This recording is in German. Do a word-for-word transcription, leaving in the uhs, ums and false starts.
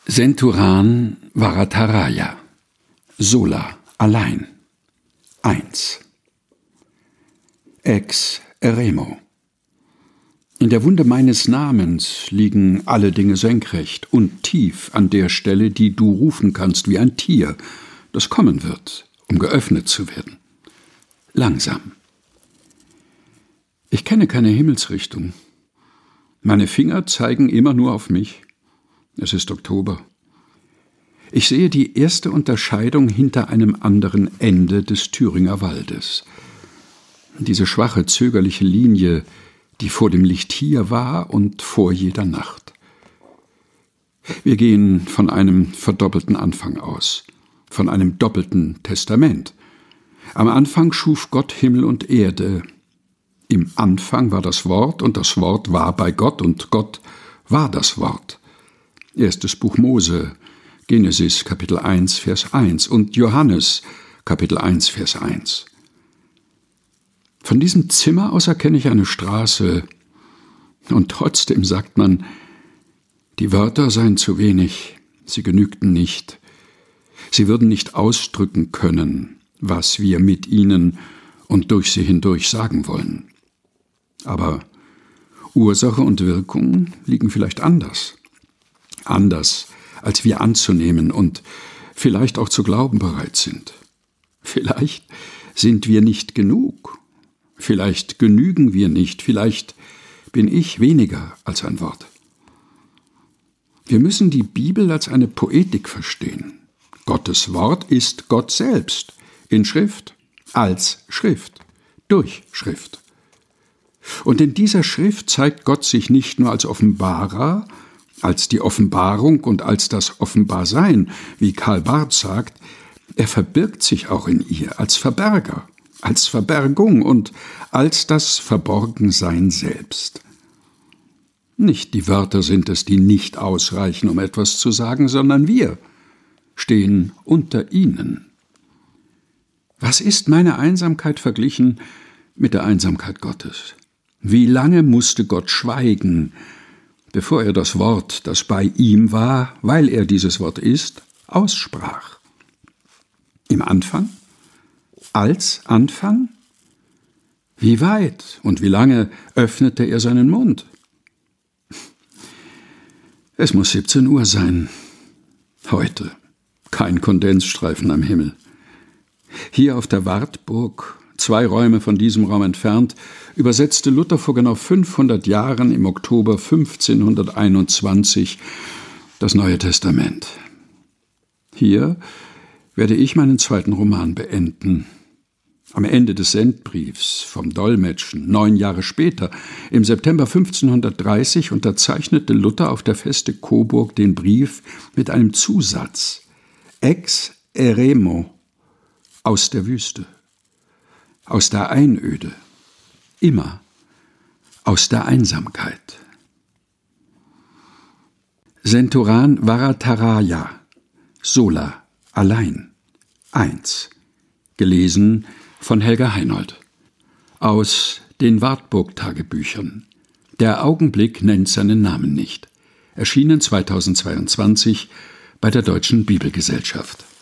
Senturan Varataraya, sola, allein, eins. Ex eremo. In der Wunde meines Namens liegen alle Dinge senkrecht und tief an der Stelle, die du rufen kannst wie ein Tier, das kommen wird, um geöffnet zu werden. Langsam. Ich kenne keine Himmelsrichtung. Meine Finger zeigen immer nur auf mich. Es ist Oktober. Ich sehe die erste Unterscheidung hinter einem anderen Ende des Thüringer Waldes. Diese schwache, zögerliche Linie, die vor dem Licht hier war und vor jeder Nacht. Wir gehen von einem verdoppelten Anfang aus, von einem doppelten Testament. Am Anfang schuf Gott Himmel und Erde. Im Anfang war das Wort, und das Wort war bei Gott, und Gott war das Wort. Erstes Buch Mose, Genesis, Kapitel eins, Vers eins, und Johannes, Kapitel eins, Vers eins. Von diesem Zimmer aus erkenne ich eine Straße, und trotzdem sagt man, die Wörter seien zu wenig, sie genügten nicht. Sie würden nicht ausdrücken können, was wir mit ihnen und durch sie hindurch sagen wollen. Aber Ursache und Wirkung liegen vielleicht anders. Anders, als wir anzunehmen und vielleicht auch zu glauben bereit sind. Vielleicht sind wir nicht genug. Vielleicht genügen wir nicht. Vielleicht bin ich weniger als ein Wort. Wir müssen die Bibel als eine Poetik verstehen. Gottes Wort ist Gott selbst, in Schrift, als Schrift, durch Schrift. Und in dieser Schrift zeigt Gott sich nicht nur als Offenbarer, als die Offenbarung und als das Offenbarsein, wie Karl Barth sagt, er verbirgt sich auch in ihr als Verberger, als Verbergung und als das Verborgensein selbst. Nicht die Wörter sind es, die nicht ausreichen, um etwas zu sagen, sondern wir stehen unter ihnen. Was ist meine Einsamkeit verglichen mit der Einsamkeit Gottes? Wie lange musste Gott schweigen, bevor er das Wort, das bei ihm war, weil er dieses Wort ist, aussprach? Im Anfang? Als Anfang? Wie weit und wie lange öffnete er seinen Mund? Es muss siebzehn Uhr sein. Heute. Kein Kondensstreifen am Himmel. Hier auf der Wartburg, zwei Räume von diesem Raum entfernt, übersetzte Luther vor genau fünfhundert Jahren im Oktober fünfzehnhunderteinundzwanzig das Neue Testament. Hier werde ich meinen zweiten Roman beenden. Am Ende des Sendbriefs vom Dolmetschen, neun Jahre später, im September fünfzehnhundertdreißig, unterzeichnete Luther auf der Feste Coburg den Brief mit einem Zusatz: Ex eremo, aus der Wüste, aus der Einöde, immer aus der Einsamkeit. Senturan Varataraya, sola, allein, eins. Gelesen von Helga Heinold. Aus den Wartburg-Tagebüchern. Der Augenblick nennt seinen Namen nicht. Erschienen zweitausendzweiundzwanzig bei der Deutschen Bibelgesellschaft.